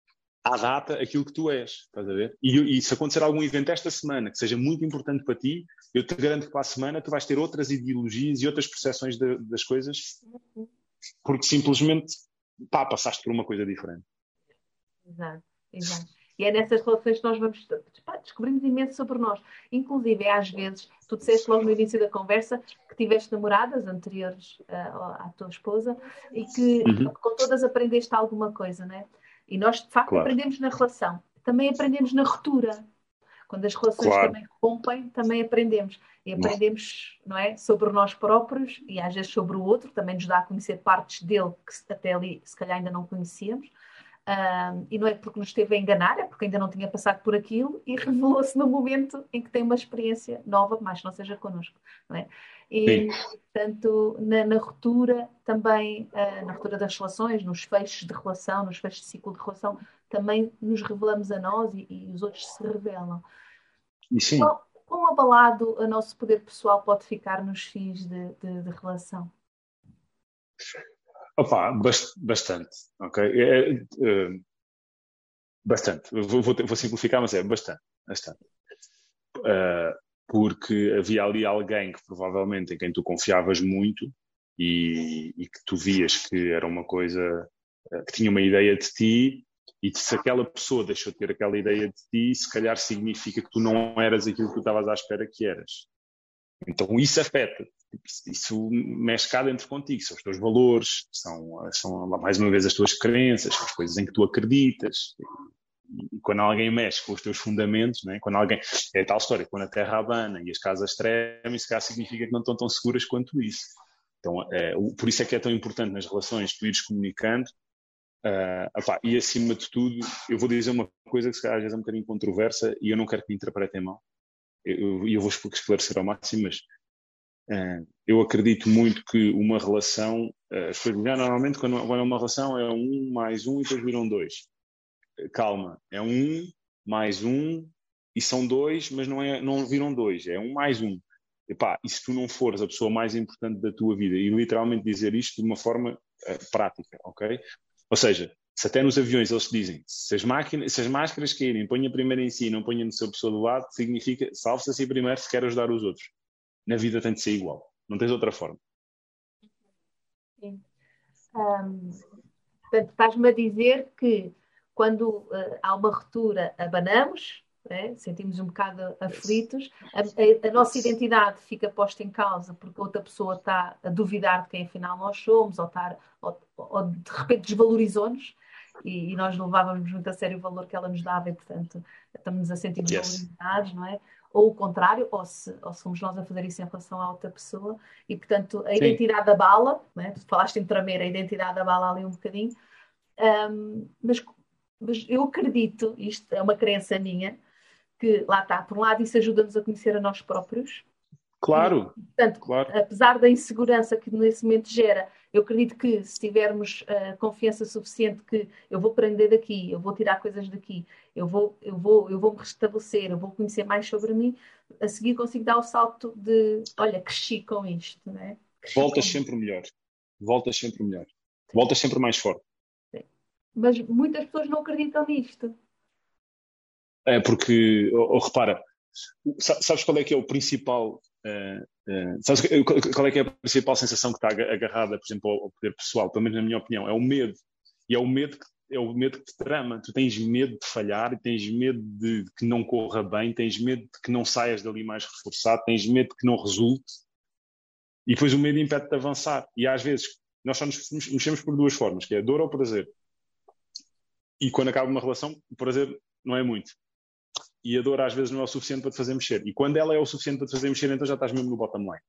à data aquilo que tu és, estás a ver? E, e se acontecer algum evento esta semana que seja muito importante para ti, eu te garanto que para a semana tu vais ter outras ideologias e outras percepções de, das coisas, porque simplesmente, pá, passaste por uma coisa diferente. Exato, exato. E é nessas relações que nós vamos, pá, descobrimos imenso sobre nós. Inclusive, é às vezes, tu disseste logo no início da conversa que tiveste namoradas anteriores uh, à tua esposa e que Uhum. com todas aprendeste alguma coisa, não é? E nós, de facto, Claro. aprendemos na relação. Também aprendemos na ruptura. Quando as relações Claro. também rompem, também aprendemos. E aprendemos, não é, sobre nós próprios e às vezes sobre o outro, também nos dá a conhecer partes dele que até ali se calhar ainda não conhecíamos. Um, e não é porque nos esteve a enganar, é porque ainda não tinha passado por aquilo e revelou-se no momento em que tem uma experiência nova, mais que não seja connosco, não é? E, portanto, na, na ruptura também, uh, na ruptura das relações, nos fechos de relação, nos fechos de ciclo de relação, também nos revelamos a nós e, e os outros se revelam. E sim. Quão, quão abalado o nosso poder pessoal pode ficar nos fins de, de, de relação? Opa, bastante, ok? É, é, é, bastante. Vou, vou, vou simplificar, mas é bastante, bastante. Uh, porque havia ali alguém que provavelmente em quem tu confiavas muito e, e que tu vias que era uma coisa, que tinha uma ideia de ti, e se aquela pessoa deixou de ter aquela ideia de ti, se calhar significa que tu não eras aquilo que tu estavas à espera que eras. Então isso afeta, isso mexe cá dentro contigo, são os teus valores, são, são mais uma vez as tuas crenças, são as coisas em que tu acreditas. E quando alguém mexe com os teus fundamentos, né? Quando alguém, é a tal história, quando a terra abana e as casas tremem, isso cá significa que não estão tão seguras quanto isso. Então, é, por isso é que é tão importante nas relações tu ires comunicando. Uh, opá, e acima de tudo, eu vou dizer uma coisa que se calhar às vezes é um bocadinho controversa e eu não quero que me interpretem mal. E eu, eu vou esclarecer ao máximo, mas uh, eu acredito muito que uma relação, uh, as coisas, normalmente quando é uma relação é um mais um e depois viram dois. Calma, é um mais um e são dois, mas não, é, não viram dois, é um mais um. Epá, e se tu não fores a pessoa mais importante da tua vida, e literalmente dizer isto de uma forma uh, prática, ok? Ou seja, se até nos aviões eles dizem, se as, máquinas, se as máscaras caírem, ponha primeiro em si e não ponha na sua pessoa do lado, significa, salve-se a si primeiro se quer ajudar os outros. Na vida tem de ser igual, não tens outra forma. Sim. Um, portanto, estás-me a dizer que quando uh, há uma ruptura, abanamos, né? Sentimos um bocado aflitos, a, a, a nossa identidade fica posta em causa porque outra pessoa está a duvidar de quem afinal nós somos, ou, está, ou, ou de repente desvalorizou-nos e, e nós levávamos muito a sério o valor que ela nos dava e, portanto, estamos a sentir desvalorizados, yes. Não é? Ou o contrário, ou se, ou somos nós a fazer isso em relação à outra pessoa e, portanto, a Sim. identidade abala, né? Tu falaste em tremer, a identidade abala ali um bocadinho, um, mas, mas eu acredito, isto é uma crença minha, que lá está, por um lado isso ajuda-nos a conhecer a nós próprios. Claro. E, portanto, claro. apesar da insegurança que nesse momento gera, eu acredito que se tivermos uh, confiança suficiente que eu vou aprender daqui, eu vou tirar coisas daqui, eu vou, eu vou, eu vou me restabelecer, eu vou conhecer mais sobre mim, a seguir consigo dar o salto de, olha, cresci com isto, não é? Cresci Voltas com sempre isto. melhor. Voltas sempre melhor. Sim. Voltas sempre mais forte. Sim. Mas muitas pessoas não acreditam nisto. É porque, ou, ou, repara, sabes qual é que é o principal, uh, uh, sabes qual é que é a principal sensação que está agarrada, por exemplo, ao, ao poder pessoal, pelo menos na minha opinião, é o medo. E é o medo que, é o medo que te trama. Tu tens medo de falhar, tens medo de, de que não corra bem, tens medo de que não saias dali mais reforçado, tens medo de que não resulte. E depois o medo impede-te de avançar. E às vezes nós só nos mexemos por duas formas, que é a dor ou o prazer. E quando acaba uma relação, o prazer não é muito. E a dor às vezes não é o suficiente para te fazer mexer. E quando ela é o suficiente para te fazer mexer, então já estás mesmo no bottom line.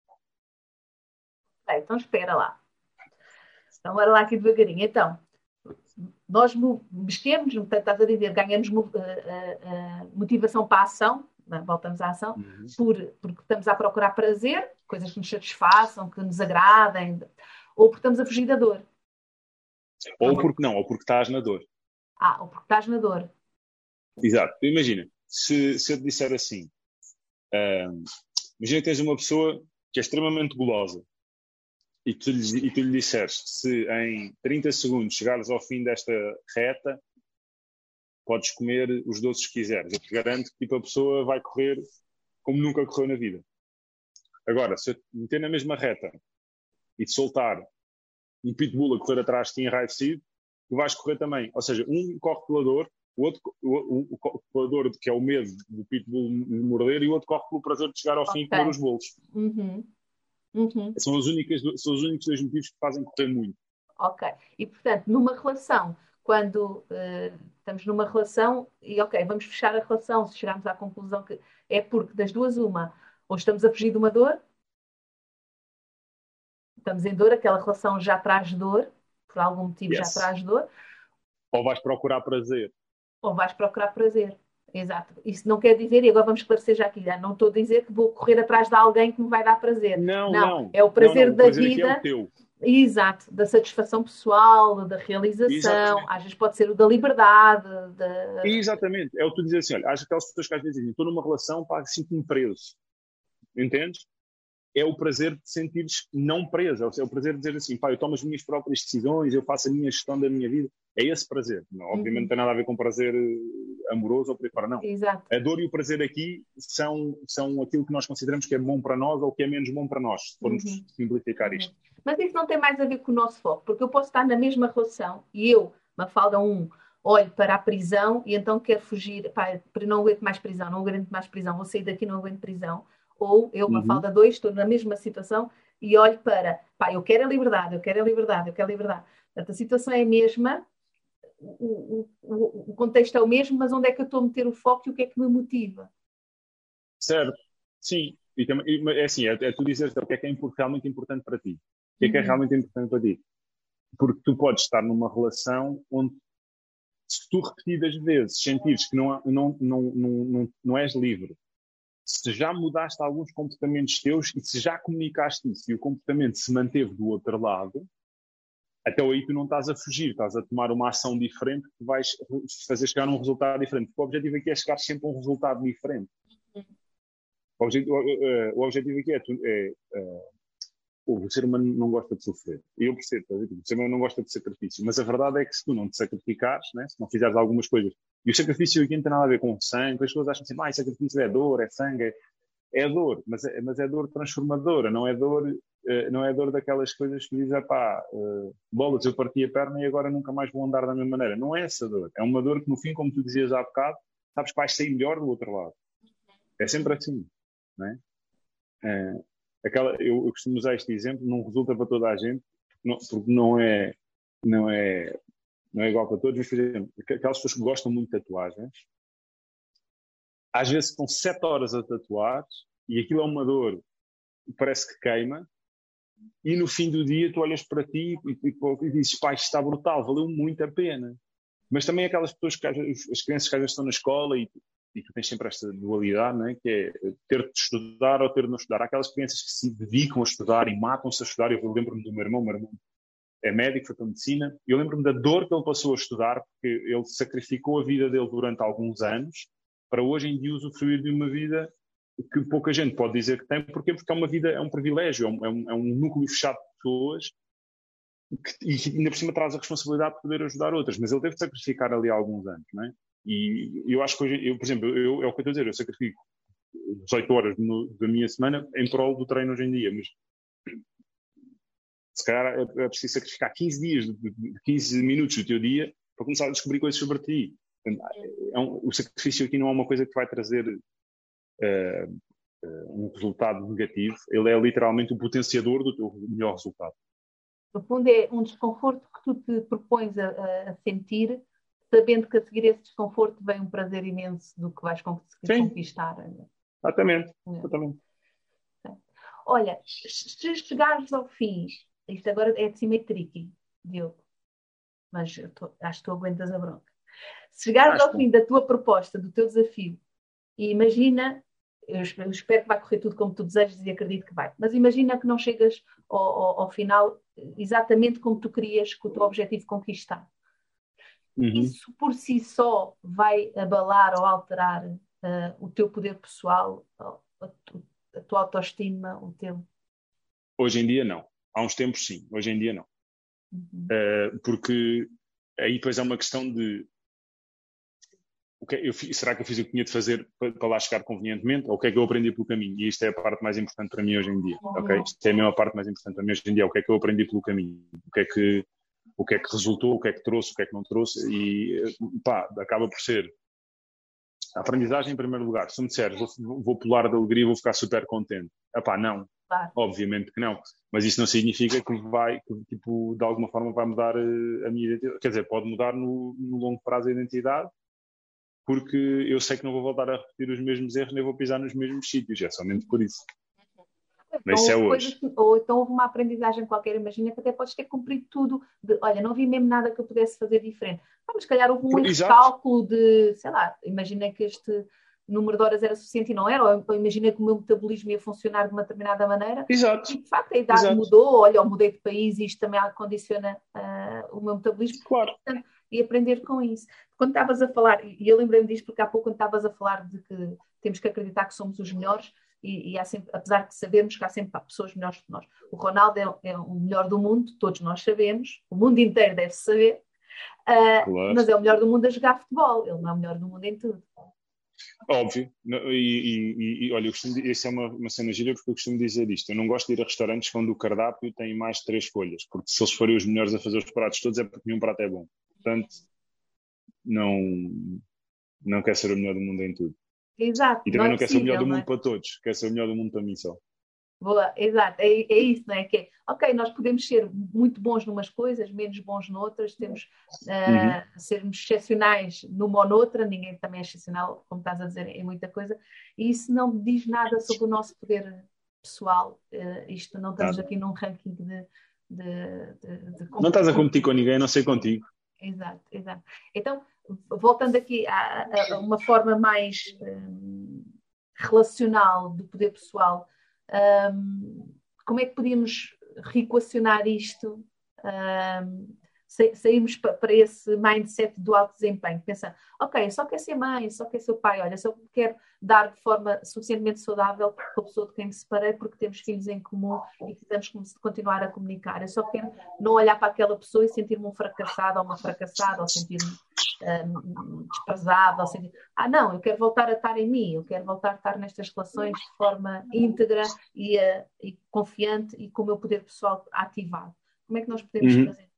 É, então espera lá. Então bora lá aqui devagarinho. Então, nós mexemos, portanto estás a dizer, ganhamos uh, uh, uh, motivação para a ação, né? Voltamos à ação, uhum. por, porque estamos a procurar prazer, coisas que nos satisfaçam, que nos agradem, ou porque estamos a fugir da dor. Ou porque não, ou porque estás na dor. Ah, ou porque estás na dor. Exato. Imagina, se, se eu te disser assim, uh, imagina que tens uma pessoa que é extremamente gulosa e tu, lhe, e tu lhe disseres se em trinta segundos chegares ao fim desta reta, podes comer os doces que quiseres. Eu te garanto que tipo, a pessoa vai correr como nunca correu na vida. Agora, se eu te meter na mesma reta e te soltar um pitbull a correr atrás de ti enraivecido, tu vais correr também. Ou seja, um corre pela dor, o outro o, o, o, pela dor, que é o medo do pitbull morder, e o outro corre pelo prazer de chegar ao Okay. fim e comer os bolos. Uhum. Uhum. São, as únicas, são os únicos dois motivos que fazem correr muito. Ok. E, portanto, numa relação, quando uh, estamos numa relação e, ok, vamos fechar a relação, se chegarmos à conclusão que é porque das duas uma, ou estamos a fugir de uma dor, estamos em dor, aquela relação já traz dor, por algum motivo Yes. já traz dor, Ou vais procurar prazer. ou vais procurar prazer. Exato. Isso não quer dizer, e agora vamos esclarecer já aqui, já não estou a dizer que vou correr atrás de alguém que me vai dar prazer. Não, não. não. É o prazer não, não. da O prazer vida. aqui é o teu. Exato, da satisfação pessoal, da realização, Exatamente. às vezes pode ser o da liberdade. Da... Exatamente, é o que tu dizes assim, olha, acho que aquelas pessoas que às vezes dizem, estou numa relação, pá, sinto-me preso, entendes? É o prazer de sentires não preso, é o prazer de dizer assim, pá, eu tomo as minhas próprias decisões, eu faço a minha gestão da minha vida, é esse prazer, não, obviamente Uhum. não tem nada a ver com prazer amoroso ou por aí fora, não. Exato. A dor e o prazer aqui são, são aquilo que nós consideramos que é bom para nós ou que é menos bom para nós, se formos Uhum. simplificar Uhum. isto. Mas isso não tem mais a ver com o nosso foco, porque eu posso estar na mesma relação e eu, Mafalda um, olho para a prisão e então quero fugir, pá, não aguento mais prisão, não aguento mais prisão, vou sair daqui, não aguento prisão. Ou eu, Uhum. Mafalda dois, estou na mesma situação e olho para, pá, eu quero a liberdade, eu quero a liberdade, eu quero a liberdade. Portanto, a situação é a mesma, o, o, o contexto é o mesmo, mas onde é que eu estou a meter o foco e o que é que me motiva? Certo, sim. E também, e, é assim, é, é tu dizeres o que é que é realmente importante para ti. O que é que é realmente importante para ti? Porque tu podes estar numa relação onde, se tu repetidas vezes sentires que não, não, não, não, não, não és livre, se já mudaste alguns comportamentos teus e se já comunicaste isso e o comportamento se manteve do outro lado, até aí tu não estás a fugir, estás a tomar uma ação diferente que vais fazer chegar a um resultado diferente. Porque o objetivo aqui é chegar sempre a um resultado diferente. O objetivo, o, o objetivo aqui é, tu, é, é o ser humano não gosta de sofrer. E eu percebo, o ser humano não gosta de sacrifício. Mas a verdade é que se tu não te sacrificares, né, se não fizeres algumas coisas, e o sacrifício aqui não tem nada a ver com sangue, as pessoas acham assim, ah, sacrifício é dor, é sangue, é, é dor, mas é, mas é dor transformadora, não é dor, uh, não é dor daquelas coisas que dizem, pá, uh, bolas, eu parti a perna e agora nunca mais vou andar da mesma maneira. Não é essa dor. É uma dor que no fim, como tu dizias há bocado, sabes que vais sair melhor do outro lado. É sempre assim. Não é? É, aquela, eu, eu costumo usar este exemplo, não resulta para toda a gente, não, porque não é, não, é, não é igual para todos, mas, por exemplo, aquelas pessoas que gostam muito de tatuagens, às vezes estão sete horas a tatuar e aquilo é uma dor que parece que queima, e no fim do dia tu olhas para ti e, e, e dizes, pá, isto está brutal, valeu muito a pena. Mas também aquelas pessoas, que as crianças que às vezes estão na escola e e tu tens sempre esta dualidade, não é? Que é ter de estudar ou ter de não estudar. Há aquelas crianças que se dedicam a estudar e matam-se a estudar. Eu lembro-me do meu irmão, o meu irmão é médico, foi para a medicina, e eu lembro-me da dor que ele passou a estudar, porque ele sacrificou a vida dele durante alguns anos para hoje em dia usufruir de uma vida que pouca gente pode dizer que tem. Porquê? Porque é uma vida, é um privilégio, é um, é um, é um núcleo fechado de pessoas que, e ainda por cima traz a responsabilidade de poder ajudar outras. Mas ele teve de sacrificar ali há alguns anos, não é? E eu acho que hoje, eu, por exemplo, eu, é o que eu estou a dizer, eu sacrifico dezoito horas no, da minha semana em prol do treino hoje em dia, mas se calhar é, é preciso sacrificar quinze dias, quinze minutos do teu dia para começar a descobrir coisas sobre ti. É um, o sacrifício aqui não é uma coisa que vai trazer uh, uh, um resultado negativo, ele é literalmente o potenciador do teu melhor resultado. No fundo é um desconforto que tu te propões a, a sentir, sabendo que a seguir esse desconforto vem um prazer imenso do que vais conseguir Sim. conquistar. Exatamente. É. Exatamente. Olha, se chegares ao fim, isto agora é de cima tricky, Diogo, mas eu tô, acho que tu aguentas a bronca. Se chegares acho ao fim da tua proposta, do teu desafio, e imagina, eu espero que vai correr tudo como tu desejas e acredito que vai, mas imagina que não chegas ao, ao, ao final exatamente como tu querias, com o teu objetivo conquistar. Uhum. Isso por si só vai abalar ou alterar uh, o teu poder pessoal, a, tu, a tua autoestima, o teu... Hoje em dia não. Há uns tempos sim, hoje em dia não. Uhum. Uh, porque aí depois é uma questão de o que, eu, será que eu fiz o que tinha de fazer para, para lá chegar convenientemente? Ou o que é que eu aprendi pelo caminho? E isto é a parte mais importante para mim hoje em dia. Okay? Isto é a mesma parte mais importante para mim hoje em dia. O que é que eu aprendi pelo caminho? O que é que, o que, é que resultou? O que é que trouxe? O que é que não trouxe? E, pá, acaba por ser a aprendizagem em primeiro lugar. Se me disseres, vou, vou pular de alegria e vou ficar super contente. Epá, não. Claro. Obviamente que não. Mas isso não significa que vai, que, tipo, de alguma forma vai mudar a minha identidade. Quer dizer, pode mudar no, no longo prazo a identidade, porque eu sei que não vou voltar a repetir os mesmos erros, nem vou pisar nos mesmos sítios, é somente por isso. Mas isso é hoje. Que, ou então houve uma aprendizagem qualquer, imagina que até podes ter cumprido tudo, de, olha, não vi mesmo nada que eu pudesse fazer diferente. Ah, mas se calhar houve um erro de cálculo de, sei lá, imagina que este número de horas era suficiente e não era, ou, ou imagina que o meu metabolismo ia funcionar de uma determinada maneira. Exato. E de facto a idade Exato. Mudou, olha, eu mudei de país e isto também condiciona uh, o meu metabolismo. Claro. Portanto, e aprender com isso. Quando estavas a falar, e eu lembrei-me disto porque há pouco quando estavas a falar de que temos que acreditar que somos os melhores, e, e há sempre, apesar de sabermos que há sempre pessoas melhores que nós. O Ronaldo é, é o melhor do mundo, todos nós sabemos, o mundo inteiro deve saber, uh, claro. Mas é o melhor do mundo a jogar futebol, ele não é o melhor do mundo em tudo. Óbvio, e, e, e olha, eu costumo, essa é uma, uma cena gira porque eu costumo dizer isto, eu não gosto de ir a restaurantes onde o cardápio tem mais de três folhas, porque se eles forem os melhores a fazer os pratos todos é porque nenhum prato é bom. Portanto, não, não quer ser o melhor do mundo em tudo. Exato. E também não, não é quer possível, ser o melhor do mundo é? Para todos, quer ser o melhor do mundo para mim só. Boa, exato, é, é isso, não é? Que é, ok, nós podemos ser muito bons numas coisas, menos bons noutras, temos uh, uhum. sermos excepcionais numa ou noutra, ninguém também é excepcional, como estás a dizer, em muita coisa, e isso não diz nada sobre o nosso poder pessoal. Uh, isto não estamos nada. Aqui num ranking de, de, de, de não estás a competir com ninguém, a não ser contigo. Exato, exato. Então, voltando aqui a, a, a uma forma mais um, relacional do poder pessoal, um, como é que podíamos reequacionar isto, um, sairmos para, para esse mindset do alto desempenho, pensando, ok, eu só quero ser mãe, só quero ser pai, olha, só quero dar de forma suficientemente saudável para a pessoa de quem me separei porque temos filhos em comum e precisamos continuar a comunicar. Eu só quero não olhar para aquela pessoa e sentir-me um fracassado ou uma fracassada ou sentir-me um, desprezado ou sentir... Ah, não, eu quero voltar a estar em mim, eu quero voltar a estar nestas relações de forma íntegra e, uh, e confiante e com o meu poder pessoal ativado. Como é que nós podemos uhum. fazer?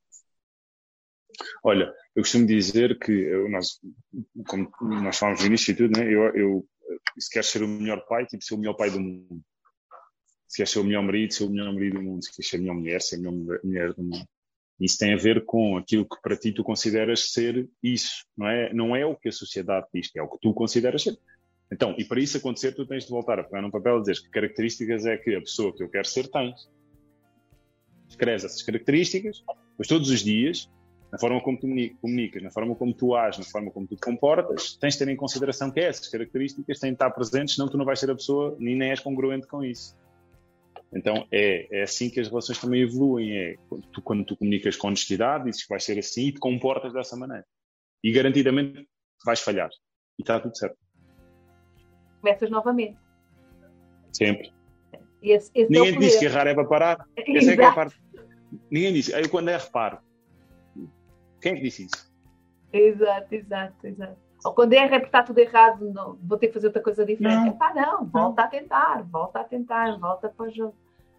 Olha, eu costumo dizer que eu, nós, como nós falamos no início e tudo, né? eu, eu, se queres ser o melhor pai, tipo ser o melhor pai do mundo. Se queres ser o melhor marido, ser o melhor marido do mundo. Se queres ser a melhor mulher, ser a melhor mulher do mundo. Isso tem a ver com aquilo que para ti tu consideras ser isso. Não é, não é o que a sociedade diz, é o que tu consideras ser. Então, e para isso acontecer, tu tens de voltar a pegar num papel e dizer que características é que a pessoa que eu quero ser tem. Escreves essas características, depois todos os dias, na forma como tu comunicas, na forma como tu ages, na forma como tu te comportas, tens de ter em consideração que essas características têm de estar presentes, senão tu não vais ser a pessoa, nem, nem és congruente com isso. Então é, é assim que as relações também evoluem. É, tu, quando tu comunicas com honestidade, dizes que vais ser assim e te comportas dessa maneira. E garantidamente vais falhar. E está tudo certo. Começas novamente. Sempre. Esse, esse Ninguém é disse que errar é para parar. Essa é que é a parte. Ninguém disse. Aí quando é reparo. Quem é que disse isso? Exato, exato, exato. Ou quando erra é porque está tudo errado, não, vou ter que fazer outra coisa diferente. Não, Epá, não volta não. a tentar, volta a tentar, volta para o jogo.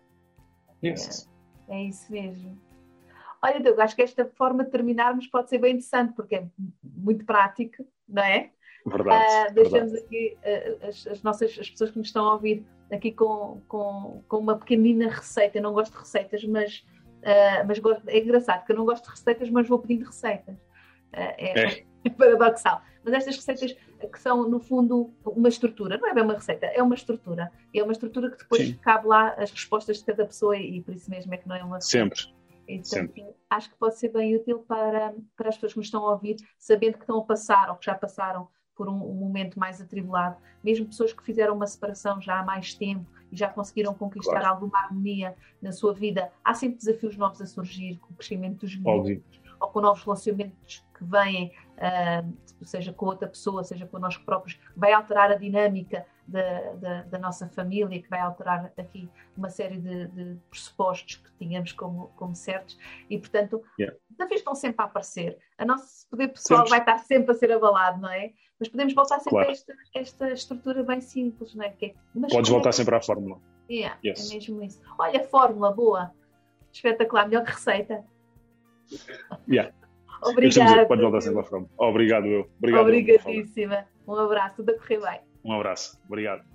Yes. É, é isso mesmo. Olha, Doug, acho que esta forma de terminarmos pode ser bem interessante, porque é muito prática, não é? Verdade. Uh, deixamos verdade. aqui uh, as, as nossas as pessoas que nos estão a ouvir aqui com, com, com uma pequenina receita. Eu não gosto de receitas, mas Uh, mas gosto, é engraçado, porque eu não gosto de receitas, mas vou pedindo receitas. Uh, é, é paradoxal. Mas estas receitas que são, no fundo, uma estrutura, não é bem uma receita, é uma estrutura. É uma estrutura que depois Sim. cabe lá as respostas de cada pessoa e, e por isso mesmo é que não é uma receita. Sempre. Então, Sempre. Acho que pode ser bem útil para, para as pessoas que nos estão a ouvir, sabendo que estão a passar ou que já passaram por um, um momento mais atribulado. Mesmo pessoas que fizeram uma separação já há mais tempo e já conseguiram conquistar claro. alguma harmonia na sua vida. Há sempre desafios novos a surgir, com o crescimento dos miúdos, ou com novos relacionamentos que vêm, uh, seja com outra pessoa, seja com nós próprios, vai alterar a dinâmica da, da, da nossa família, que vai alterar aqui uma série de, de pressupostos que tínhamos como, como certos, e portanto yeah. os desafios estão sempre a aparecer. A nosso poder pessoal sempre. vai estar sempre a ser abalado, não é? Mas podemos voltar sempre claro. a esta, esta estrutura bem simples, não é? Que é mas Podes voltar é que... sempre à fórmula. Yeah, yes. É mesmo isso. Olha, fórmula boa, espetacular, melhor que receita. Yeah. Obrigada. Pode voltar sempre à fórmula. Obrigado, eu. Obrigado, Obrigadíssima. Um abraço, tudo a correr bem. Um abraço. Obrigado.